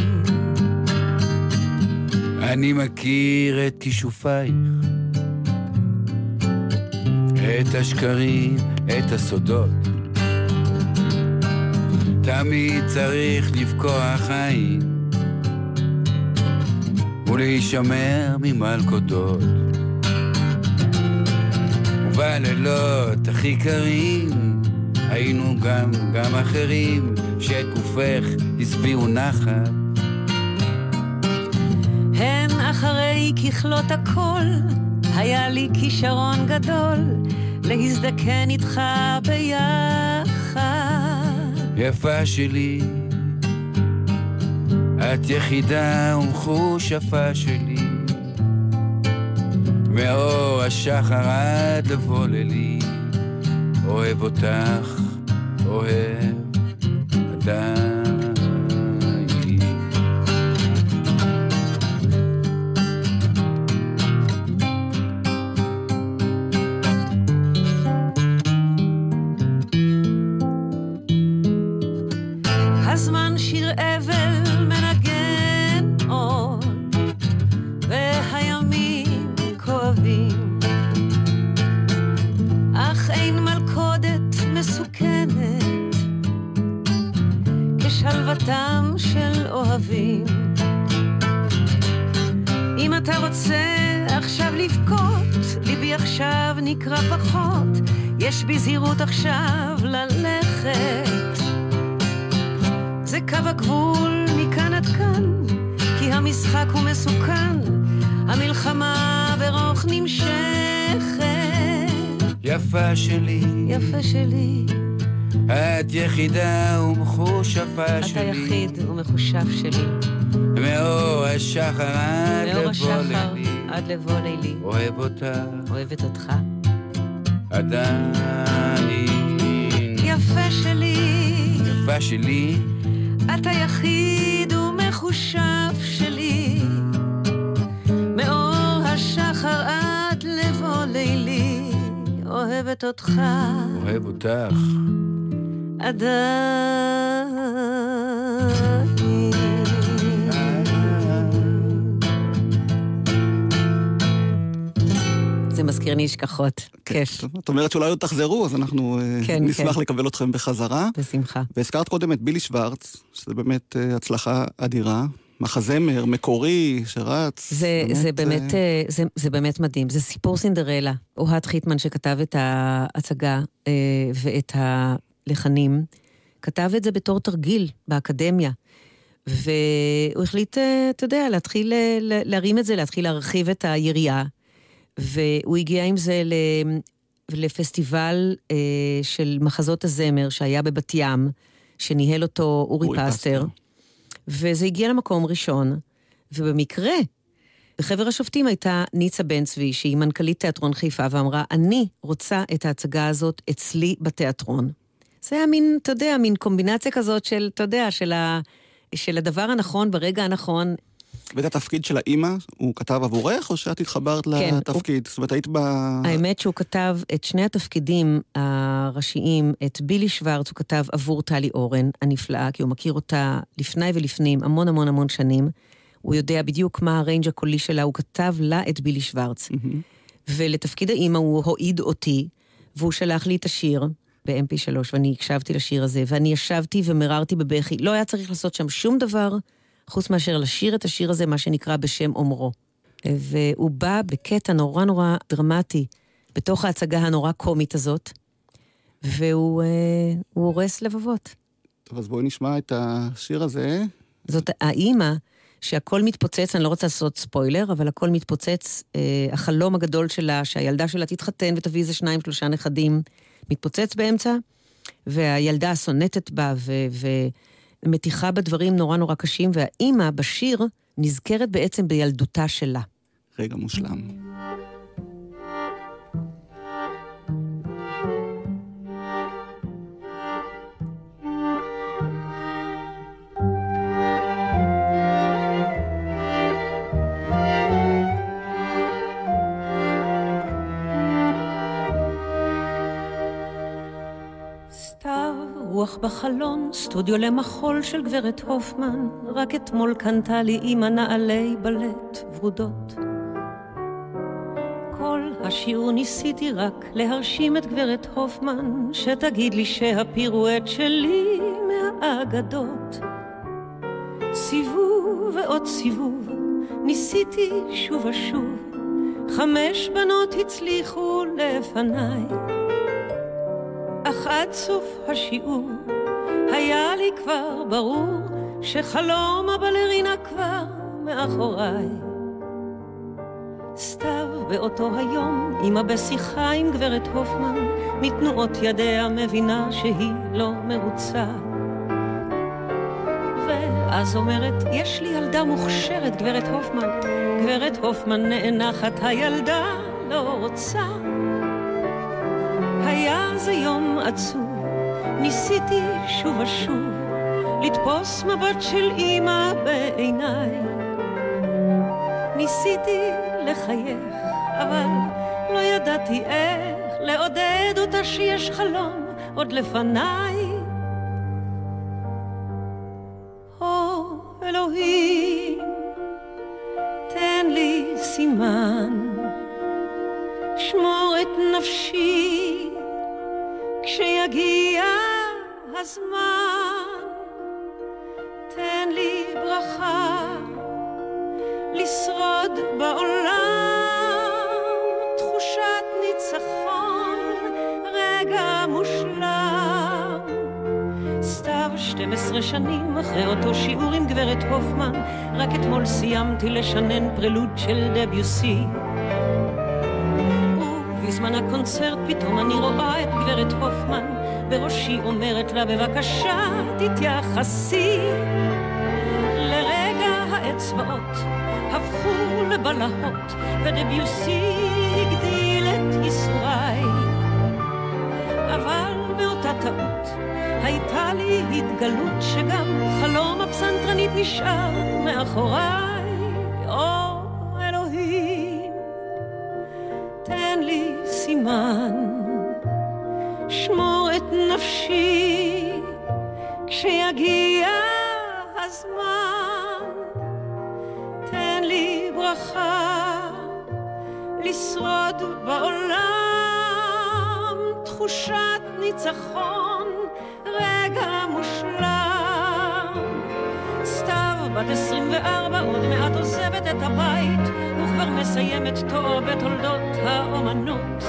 אני מכיר את כישופייך, את השקרים, את הסודות, תמיד צריך לפקוח עין ולהישמר ממלכודות, ובלילות הכי קרים היינו גם אחרים שאת גופך הסבירו נחת. הן אחרי ככלות הכל היה לי כישרון גדול להזדקן איתך ביחד. יפה שלי, את יחידה ומחושפה שלי, מאור השחר עד לבוא לילי, אוהב אותך, אוהב עדיין. הזמן שיר אבל מנגן עוד, והימים כואבים, אך אין מלכודת מסוכנת כשלוותם של אוהבים. אם אתה רוצה עכשיו לבכות, ליבי עכשיו נקרא פחות, יש בי זהירות עכשיו ללכת, זה קו הגבול מכאן עד כאן, כי המשחק הוא מסוכן, המלחמה ברוך נמשכת. יפה שלי, יפה שלי, את יחידה ומחושפה שלי, אתה יחיד ומחושב שלי, מאור השחר עד לבוא לילי, עד לבוא לילי, אוהב אותך, אוהבת אותך עדיין. יפה שלי, יפה שלי, אתה יחיד ומחושב שלי, מאור השחר עד לבוא לילי, אוהבת אותך, אוהב אותך עדיין. זה מזכיר נשכחות, כיף. את אומרת שאולי עוד תחזרו, אז אנחנו נשמח לקבל אתכם בחזרה. בשמחה. והזכרת קודם את בילי שוורץ, שזה באמת הצלחה אדירה. מחזמר, מקורי, שרץ. זה באמת מדהים. זה סיפור סינדרלה. אוהד חיטמן שכתב את ההצגה ואת הלחנים, כתב את זה בתור תרגיל באקדמיה. והוא החליט, אתה יודע, להתחיל להרים את זה, להתחיל להרחיב את היריעה. והוא הגיע עם זה לפסטיבל של מחזות הזמר שהיה בבת ים, שניהל אותו אורי פסטר. וזה הגיע למקום ראשון, ובמקרה, בחבר השופטים הייתה ניצה בן צבי, שהיא מנכ"לית תיאטרון חיפה, ואמרה, אני רוצה את ההצגה הזאת אצלי בתיאטרון. זה היה מין, אתה יודע, מין קומבינציה כזאת של, אתה יודע, של הדבר הנכון ברגע הנכון. ואת התפקיד של האמא, הוא כתב עבורך, או שאת התחברת לתפקיד? זאת אומרת, היית האמת שהוא כתב את שני התפקידים הראשיים, את בילי שוורץ, הוא כתב עבור טלי אורן, הנפלאה, כי הוא מכיר אותה לפני ולפנים, המון המון המון שנים. הוא יודע בדיוק מה הריינג' הקולי שלה, הוא כתב לה את בילי שוורץ. ולתפקיד האמא הוא הועיד אותי, והוא שלח לי את השיר ב-MP3, ואני הקשבתי לשיר הזה, ואני ישבתי ומררתי בבכי. לא היה צריך לעשות שם שום דבר, חוץ מאשר לשיר את השיר הזה, מה שנקרא בשם אומרו. והוא בא בקטע נורא נורא דרמטי, בתוך ההצגה הנורא קומית הזאת, והוא הורס לבבות. טוב, אז בואי נשמע את השיר הזה. זאת האמא, שהכל מתפוצץ, אני לא רוצה לעשות ספוילר, אבל הכל מתפוצץ, החלום הגדול שלה, שהילדה שלה תתחתן ותביא איזה 2-3 נכדים, מתפוצץ באמצע, והילדה סונטת בה ומתיחה בדברים נורא נורא קשים, והאימא בשיר נזכרת בעצם בילדותה שלה. רגע מושלם. רוח בחלון, סטודיו למחול של גברת הופמן, רק אתמול קנתה לי אמא נעלי בלט ורודות. כל השיעור ניסיתי רק להרשים את גברת הופמן, שתגיד לי שהפירואט שלי מהאגדות. סיבוב ועוד סיבוב, ניסיתי שוב ושוב, 5 בנות הצליחו לפניי. אך עד סוף השיעור היה לי כבר ברור שחלום הבלרינה כבר מאחוריי. סתיו באותו היום, אמא בשיחה עם גברת הופמן, מתנועות ידיה מבינה שהיא לא מרוצה. ואז אומרת, יש לי ילדה מוכשרת, גברת הופמן. גברת הופמן נאנחת, הילדה לא רוצה. היה זה יום עצוב, ניסיתי שוב ושוב לתפוס מבט של אמא בעיניי. ניסיתי לחייך, אבל לא ידעתי איך לעודד אותה שיש חלום עוד לפניי. או אלוהים, תן לי סימן, שמור את נפשי כשיגיע הזמן. תן לי ברכה לשרוד בעולם, תחושת ניצחון, רגע מושלם. סתיו 12 שנים אחרי אותו שיעור עם גברת הופמן, רק אתמול סיימתי לשנן פרלוד של דביוסי. בזמן הקונצרט פתאום אני רואה את גברת הופמן, בראשי אומרת לה בבקשה תתייחסי. לרגע האצבעות הפכו לבלהות, ודביוסי הגדיל את ייסוריי. אבל מאותה טעות הייתה לי התגלות שגם חלום הפסנתרנית נשאר מאחוריי. או אלוהים, תן לי סימן, שמור את נפשי כשיגיע הזמן. תן לי ברכה לשרוד בעולם, תחושת ניצחון, רגע מושלם. סתיו בת 24 עוד מעט עוזבת את הבית, וכבר מסיימת תואר בתולדות האומנות.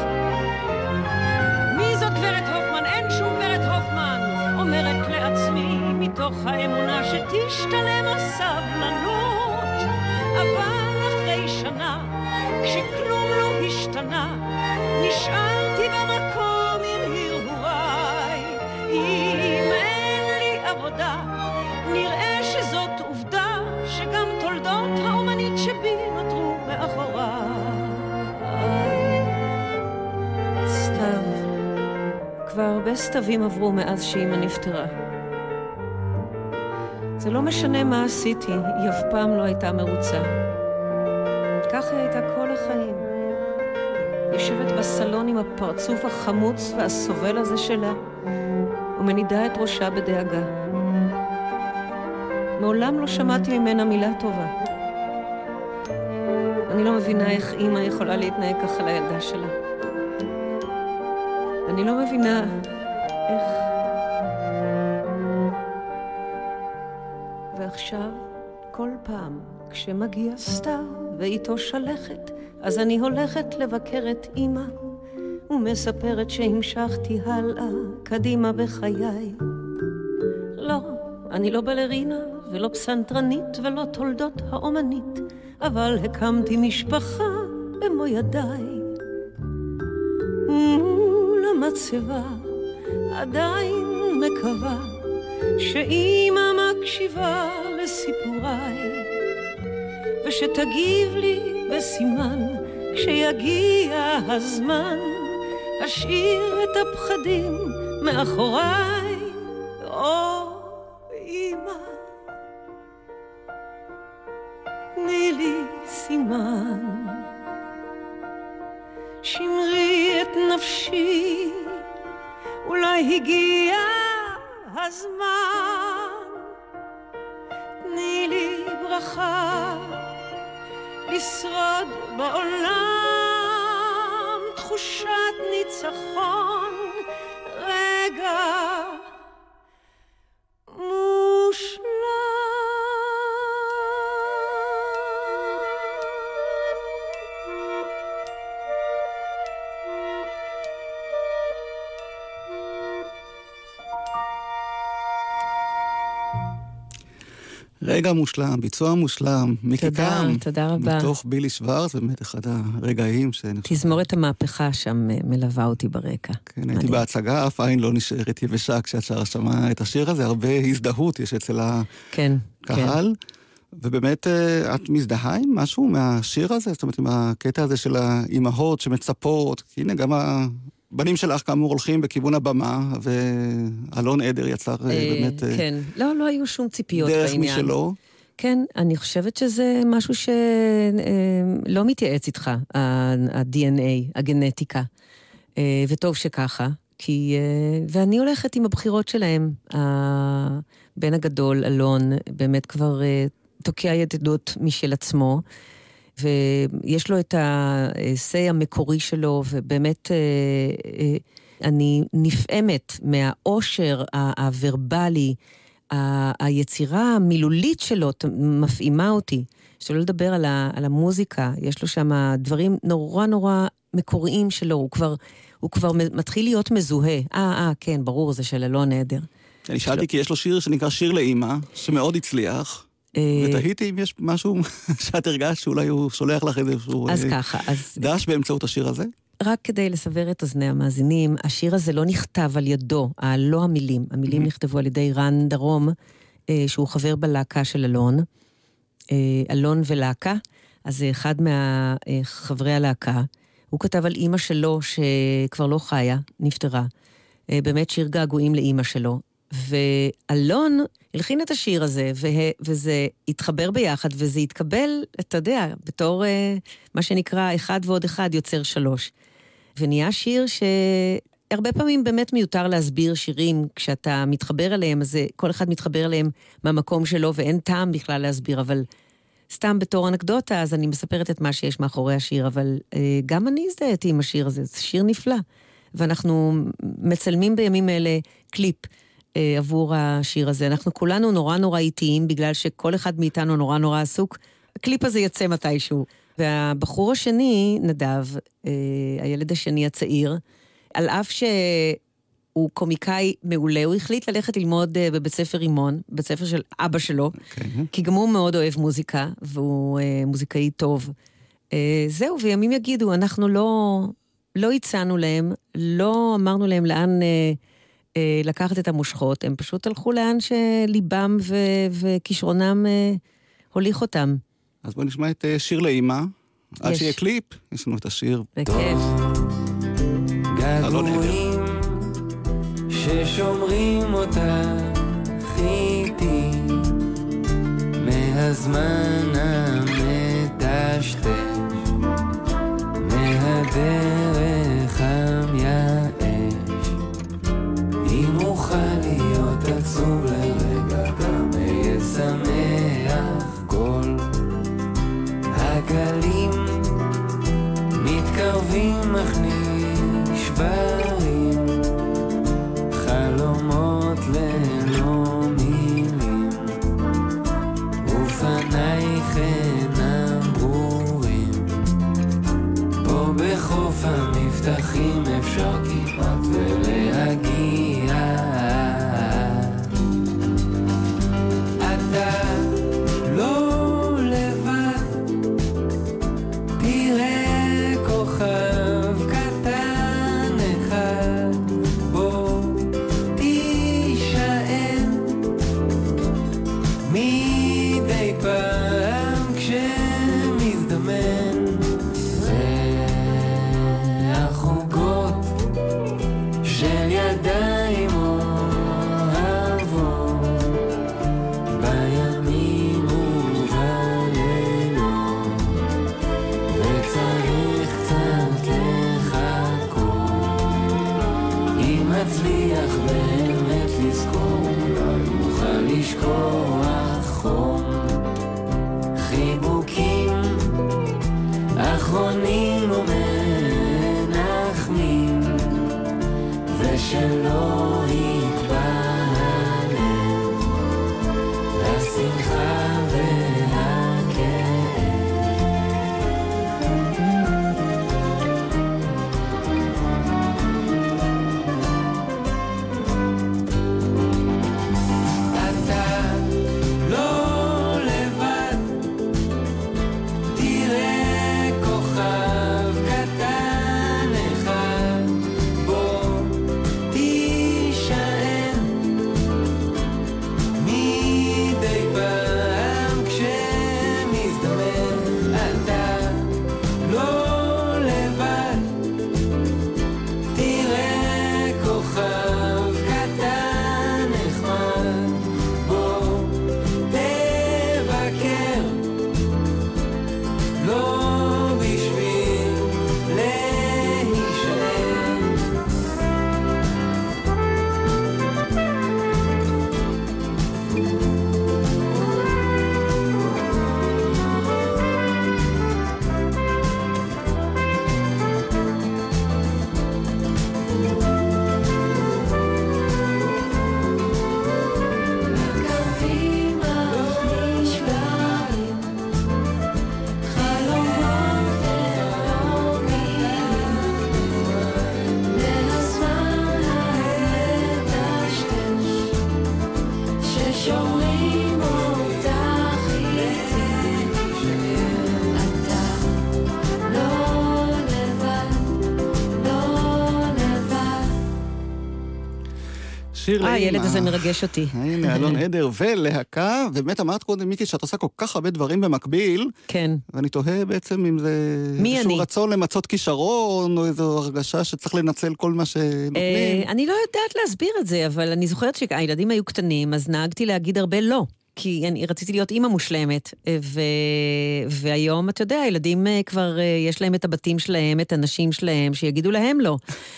מי זאת גברת הופמן? אין שום גברת הופמן, אומרת לעצמי מתוך האמונה שתשתלם הסבלנות. אבל אחרי שנה, כשכלום לא השתנה, נשארתי במקום עם הרהוריי. אם אין לי עבודה, נראה שזאת עובדה, שגם תולדות האומנית שבי נותרו מאחוריי. סתיו, כבר הרבה סתיו עברו מאז שאמא נפטרה. זה לא משנה מה עשיתי, היא אף פעם לא הייתה מרוצה. ככה הייתה כל החיים. יושבת בסלון עם הפרצוף החמוץ והסובל הזה שלה, ומנידה את ראשה בדאגה. מעולם לא שמעתי ממנה מילה טובה. אני לא מבינה איך אמא יכולה להתנהג ככה לילדה שלה. אני לא מבינה איך. ועכשיו, כל פעם כשמגיע סתיו ואיתו שלכת, אז אני הולכת לבקר את אמא, ומספרת שהמשכתי הלאה, קדימה בחיי. לא, אני לא בלרינה ולא פסנתרנית ולא תולדות האומנית, אבל הקמתי משפחה במו ידיי. מול המצבה עדיין מקווה שאמא מקשיבה לסיפוריי, ושתגיב לי בסימן כשיגיע הזמן, אשאיר את הפחדים מאחוריי. או אמא, תני לי סימן, שמרי את נפשי, אולי הגיע הזמן. תני לי ברכה לשרוד בעולם, תחושת ניצחון, רגע רגע מושלם, ביצוע מושלם, מיקי קם. תודה רבה. מתוך בילי שוורץ, באמת אחד הרגעים תזמורת המהפכה שם מלווה אותי ברקע. כן, הייתי בהצגה, אף עין לא נשארת יבשה כשאת שמעה את השיר הזה, הרבה הזדהות יש אצל הקהל. ובאמת, את מזדהה עם משהו מהשיר הזה? זאת אומרת, עם הקטע הזה של האימהות שמצפות, כי הנה גם הבנים שלך כאמור הולכים בכיוון הבמה, ואלון עדר יצר באמת כן, לא היו שום ציפיות בעניין. דרך משלו. כן, אני חושבת שזה משהו שלא מתייעץ איתך, ה-DNA, הגנטיקה, וטוב שככה, ואני הולכת עם הבחירות שלהם. הבן הגדול, אלון, באמת כבר תוקע יתדות משל עצמו, ויש לו את הסי המקורי שלו, ובאמת אני נפעמת מהאושר הוורבלי, היצירה המילולית שלו מפעימה אותי, שלא לדבר על המוזיקה, יש לו שם דברים נורא נורא מקוריים שלו, הוא כבר מתחיל להיות מזוהה. כן, ברור, זה של אלון עדר. אני שאלתי כי יש לו שיר שנקרא שיר לאמא, שמאוד הצליח, ותהיתי אם יש משהו שאת הרגשת שאולי הוא שולח לך איזשהו דש באמצעות השיר הזה? רק כדי לסבר את אוזני המאזינים, השיר הזה לא נכתב על ידו, לא המילים. המילים נכתבו על ידי רן דרום, שהוא חבר בלהקה של אלון. אלון ולהקה, אז זה אחד מהחברי הלהקה. הוא כתב על אמא שלו שכבר לא חיה, נפטרה. באמת שיר געגועים לאמא שלו. ואלון הלחין את השיר הזה, וזה התחבר ביחד, וזה התקבל, אתה יודע, בתור מה שנקרא 1 ועוד 1 יוצר 3. ונהיה שיר שהרבה פעמים באמת מיותר להסביר שירים, כשאתה מתחבר אליהם, אז כל אחד מתחבר אליהם מהמקום שלו, ואין טעם בכלל להסביר, אבל סתם בתור אנקדוטה, אז אני מספרת את מה שיש מאחורי השיר, אבל גם אני הזדהיתי עם השיר הזה, זה שיר נפלא. ואנחנו מצלמים בימים אלה קליפ עבור השיר הזה. אנחנו כולנו נורא נורא איטיים, בגלל שכל אחד מאיתנו נורא נורא עסוק. הקליפ הזה יצא מתישהו. והבחור השני, נדב, הילד השני הצעיר, על אף שהוא קומיקאי מעולה, הוא החליט ללכת ללמוד בבית ספר רימון, בית ספר של אבא שלו, כי גם הוא מאוד אוהב מוזיקה, והוא מוזיקאי טוב. זהו, וימים יגידו, אנחנו לא הצענו להם, לא אמרנו להם לאן לקחת את המושכות, הם פשוט הלכו לאן שליבם וכישרונם הוליך אותם. אז בואו נשמע את שיר לאמא, עד שיהיה קליפ, יש לנו את השיר. בכיף. געגועים ששומרים אותך איתי מהזמן המטשטש, מהדרך המייאש. אם אוכל להיות עצוב לרגע, גם אהיה שמח. כל הגלים מתקרבים אך נשברים, חלומות ללא מילים, ופנייך אינם ברורים. פה בחוף המבטחים אפשר כמעט ולהגיע. אתה לא לבד, תראה כוכב קטן אחד, בוא תישאר מדי פעם כשמזדמן. והחוגות של ידיים אוהבות בימים ובלילות, וצריך קצת לחכות אם מצליח באמת לזכור לשכוח חום, חיבוקים אחרונים ומנחמים, ושלא יקבע הלב לשמחה הילד הזה מרגש אותי. הנה, אלון עדר ולהקה, ובאמת אמרת קודם, מיקי, שאת עושה כל כך הרבה דברים במקביל. כן. ואני תוהה בעצם אם זה איזשהו רצון למצות כישרון, או איזו הרגשה שצריך לנצל כל מה שנותנים. אני לא יודעת להסביר את זה, אבל אני זוכרת שהילדים היו קטנים, אז נהגתי להגיד הרבה לא. כי אני רציתי להיות אימא מושלמת, והיום, אתה יודע, הילדים כבר יש להם את הבתים שלהם, את הנשים שלהם, שיגידו להם לא.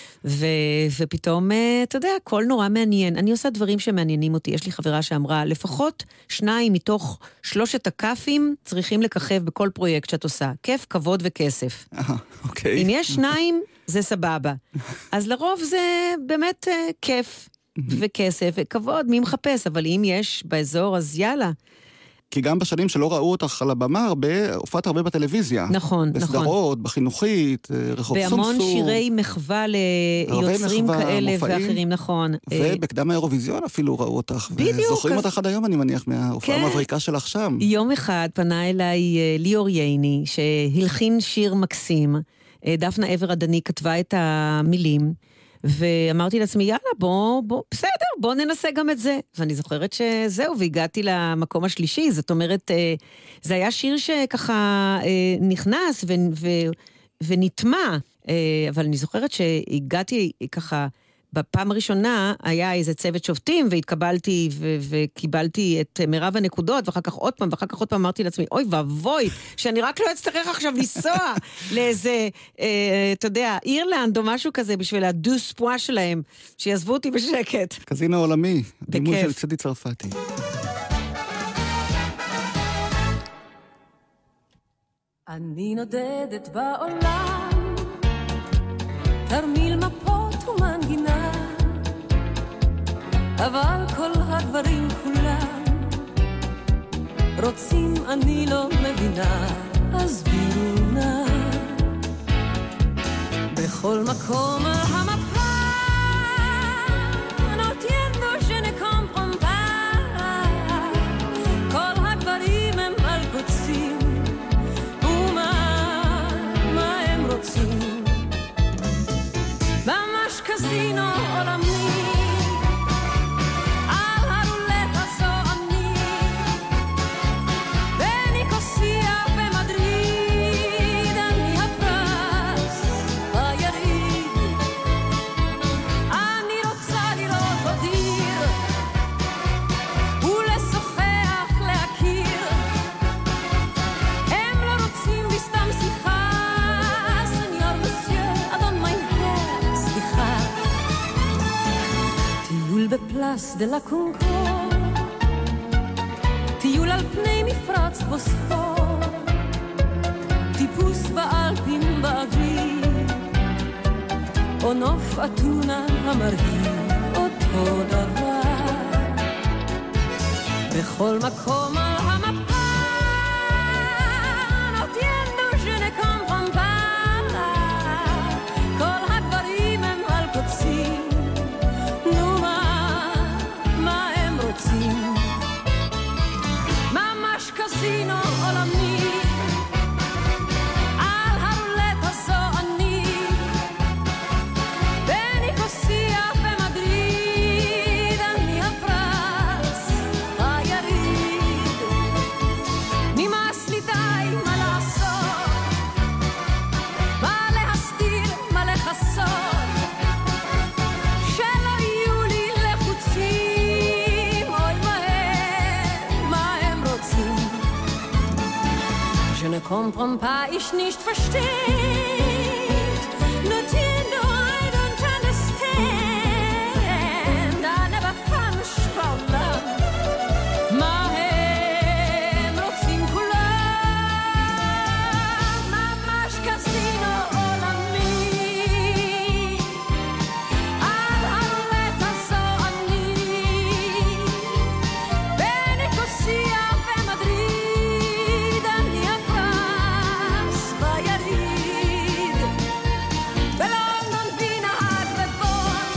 ופתאום, אתה יודע, הכל נורא מעניין. אני עושה דברים שמעניינים אותי. יש לי חברה שאמרה, לפחות 2 מתוך 3 הכפים צריכים לככב בכל פרויקט שאת עושה. כיף, כבוד וכסף. אוקיי. אם יש 2, זה סבבה. אז לרוב זה באמת כיף וכסף וכבוד, מי מחפש, אבל אם יש באזור, אז יאללה. כי גם בשנים שלא ראו אותך על הבמה, הופעת הרבה בטלוויזיה. נכון, בסדרות, בחינוכית, רחוב סומסום. בהמון שירי מחווה ליוצרים כאלה ואחרים, נכון. ובקדם האירוויזיון אפילו ראו אותך. בדיוק. זוכרים אותך עד היום, אני מניח, מההופעה המבריקה שלך שם. יום אחד פנה אליי ליאור ייני, שהלחין שיר מקסים. דפנה עבר עדני כתבה את המילים, ואמרתי לעצמי, יאללה, בסדר, בוא ננסה גם את זה. ואני זוכרת שזהו, והגעתי למקום השלישי, זאת אומרת, זה היה שיר שככה נכנס ונטמע, אבל אני זוכרת שהגעתי ככה, בפעם הראשונה היה איזה צוות שופטים, והתקבלתי וקיבלתי את מרב הנקודות, ואחר כך עוד פעם, אמרתי לעצמי, אוי ואבוי, שאני רק לא אצטרך עכשיו לנסוע לאיזה, אתה יודע, אירלנד או משהו כזה, בשביל הדוס פואה שלהם, שיעזבו אותי בשקט. קזינו עולמי, דימוי של צדי צרפתי. אני נודדת בעולם, תרמיל מפות ומנגינה, אבל כל הדברים כולם רוצים, אני לא מבינה, הסבירו נא. בכל מקום על המפה no entiendo, je ne comprends pas, כל הדברים הם מלכוצים, ומה הם רוצים, ממש קזינו עולמי, על הרולט הזו אני, בניקוסיה במדריד, אני הפרס ביריד, אני רוצה לראות אודיר, ולשוחח להכיר, הם לא רוצים בסתם שיחה, סניור מסייר, אדון מיינהר, סליחה. טיול בפלאס דה לה קונקור, על פני מפרץ בוספור, טיפוס באלפים באוויר, או נוף אתונה המרהיב, אותו דבר. בכל מקום על המפה, נותיינו שנקום פמפה, כל הגברים הם על קוצים, נו מה הם רוצים? ממש קזינו עולמי, על הרולט הזו אני, בניקוסיה במדריד, אני הפרס היריד. נמאס לי די מה לעשות, מה להסתיר, מה לכסות, שלא יהיו לי לחוצים, אוי מה הם רוצים? Je ne comprends pas, ich nicht versteht. Notando, I don't understand. I never found problem. מה הם רוצים כולם? ממש קזינו עולמי, על הרולט הזו אני, בניקוסיה במדריד, אני הפרס ביריד. בלונדון וינה עד לבון,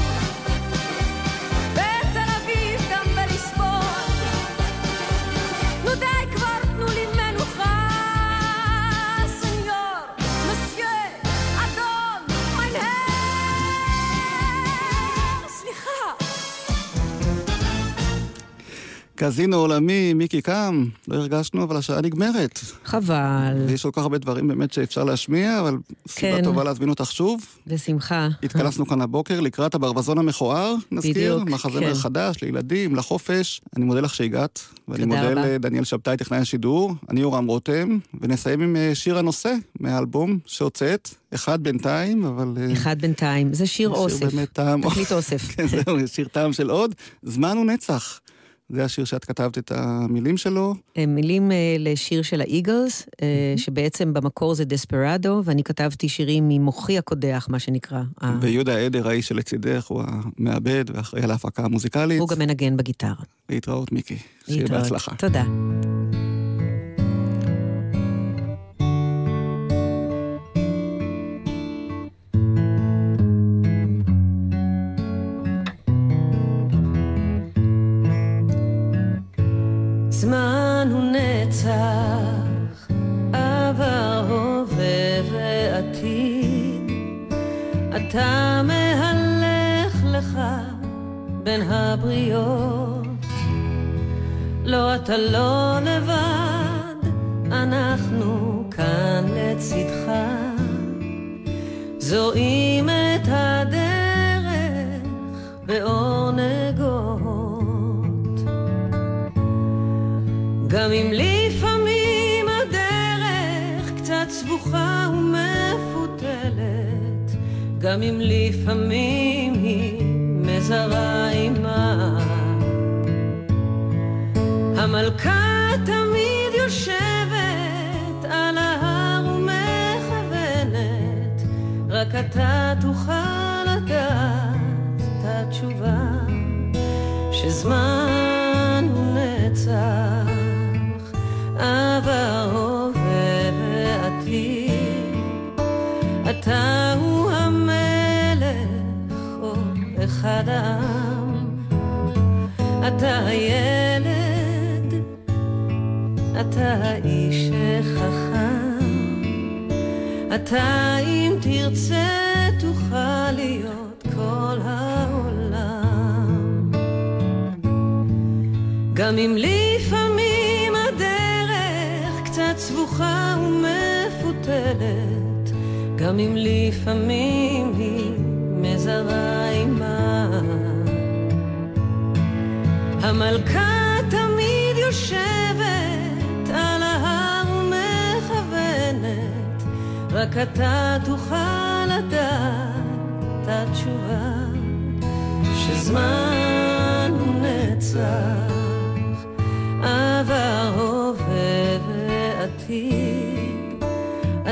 בתל אביב גם בליסבון. נו די כבר, תנו לי מנוחה, סניור, מסייה, אדון, מיין הר, סליחה. קזינו עולמי, מיקי קם, לא הרגשנו, אבל השעה נגמרת. חבל. ויש כל כך הרבה דברים באמת שאפשר להשמיע, אבל סיבה טובה להזמין אותך שוב. בשמחה. התכנסנו כאן הבוקר לקראת הברווזון המכוער, נזכיר, בדיוק, מחזמר חדש לילדים, לחופש. אני מודה לך שהגעת, ואני מודה לדניאל שבתאי, טכנאי השידור, אני יורם רותם, ונסיים עם שיר הנושא מהאלבום שהוצאת, אחד בינתיים, אבל... אחד בינתיים, זה שיר אוסף, תקליט אוסף. כן, זהו, שיר טעם של עוד, זמן ונצח. זה השיר שאת כתבת את המילים שלו. מילים לשיר של האיגלס, שבעצם במקור זה דספרדו, ואני כתבתי שירים ממוחי הקודח, מה שנקרא. ויהודה עדר, האיש שלצידך, הוא המעבד ואחראי על ההפקה המוזיקלית. הוא גם מנגן בגיטרה. להתראות, מיקי. שיהיה בהצלחה. תודה. זמן הוא נצח, עבר, הווה ועתיד. אתה מהלך לך בין הבריות, לא, אתה לא לבד, אנחנו כאן לצדך, זוהים את הדרך באור נגות. גם אם לפעמים הדרך קצת סבוכה ומפותלת, גם אם לפעמים היא מזרה עימה, המלכה תמיד יושבת על ההר ומכוונת, רק אתה תוכל לדעת את התשובה, שזמן הוא נצח, עבר, הווה ועתיד. אתה הוא המלך או אחד העם, אתה הילד, אתה האיש החכם, אתה אם תרצה תוכל להיות כל העולם. גם אם לפעמים הדרך קצת סבוכה ומפותלת, גם אם לפעמים היא מזרה עימה, המלכה תמיד יושבת על ההר ומכוונת, רק אתה תוכל לדעת את התשובה, שזמן הוא נצח, עבר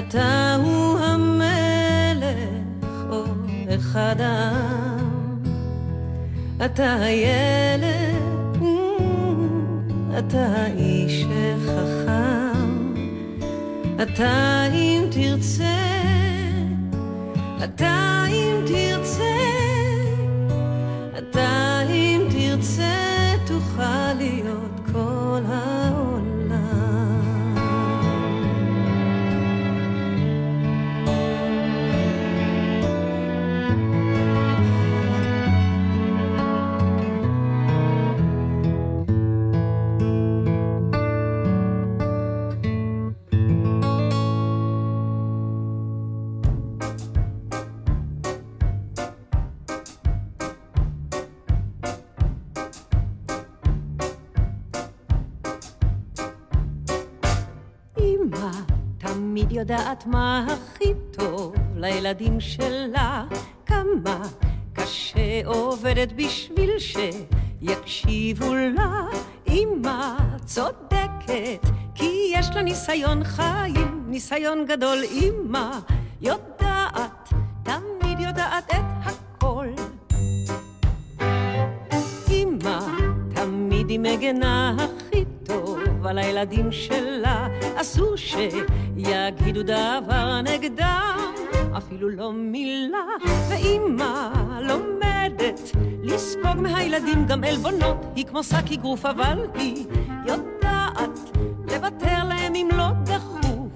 אתה הוא המלך או אחד העם, אתה הילד, אתה האיש החכם, אתה אם תרצה, אתה אם תרצה, אתה אם תרצה תוכל להיות כל העולם. יודעת מה הכי טוב לילדים שלה, כמה קשה עובדת בשביל שיקשיבו לה. אמא צודקת כי יש לה ניסיון חיים, ניסיון גדול. אמא יודעת, תמיד יודעת את הכל. אמא תמיד היא מגנה הכי טוב על הילדים שלה, אסור שיגידו דבר נגדם, אפילו לא מילה. ואמא לומדת לספוג מהילדים גם אלבונות, היא כמו שק אגרוף אבל היא יודעת לוותר להם אם לא דחו.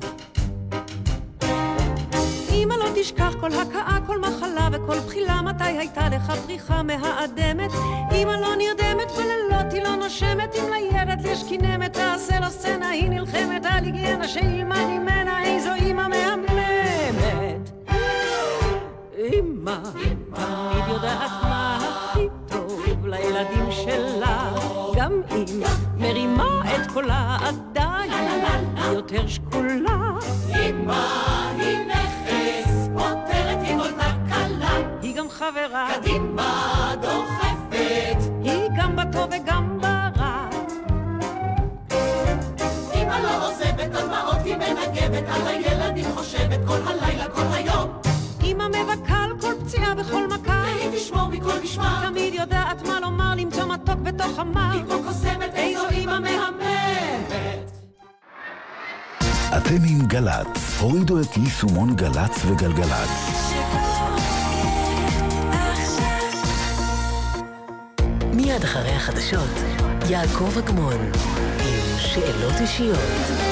אמא לא תשכח כל הכאה, כל מחלה וכל בחילה, מתי הייתה לך פריחה מהאדמת. אמא לא נרדמת בלילות, היא לא נושמת, אם לילד יש כינמת תעשה לו סצנה, היא נלחמת על היגיינה שילמד ממנה, איזו אמא מהממת. אמא תמיד יודעת מה הכי טוב לילדים שלה, גם אם מרימה את קולה עדיין היא יותר שקולה. אמא היא נכס, פותרת עם כל תקלה, היא גם חברה, קדימה דוחפת, היא גם בטוב וגם ברע. אמא לא עוזבת, הדמעות היא מנגבת, על הילדים חושבת כל הלילה כל היום. אמא מבכה על כל פציעה בכל מכה, והיא תשמור מכל משמע, תמיד יודעת מה לומר, למצוא מתוק בתוך המר, היא כמו קוסמת, איזו אמא מהממת. אתם עם גלץ, הורידו את יישומון גלץ וגלגלץ. מיד אחרי החדשות, יעקב אגמון עם שאלות אישיות.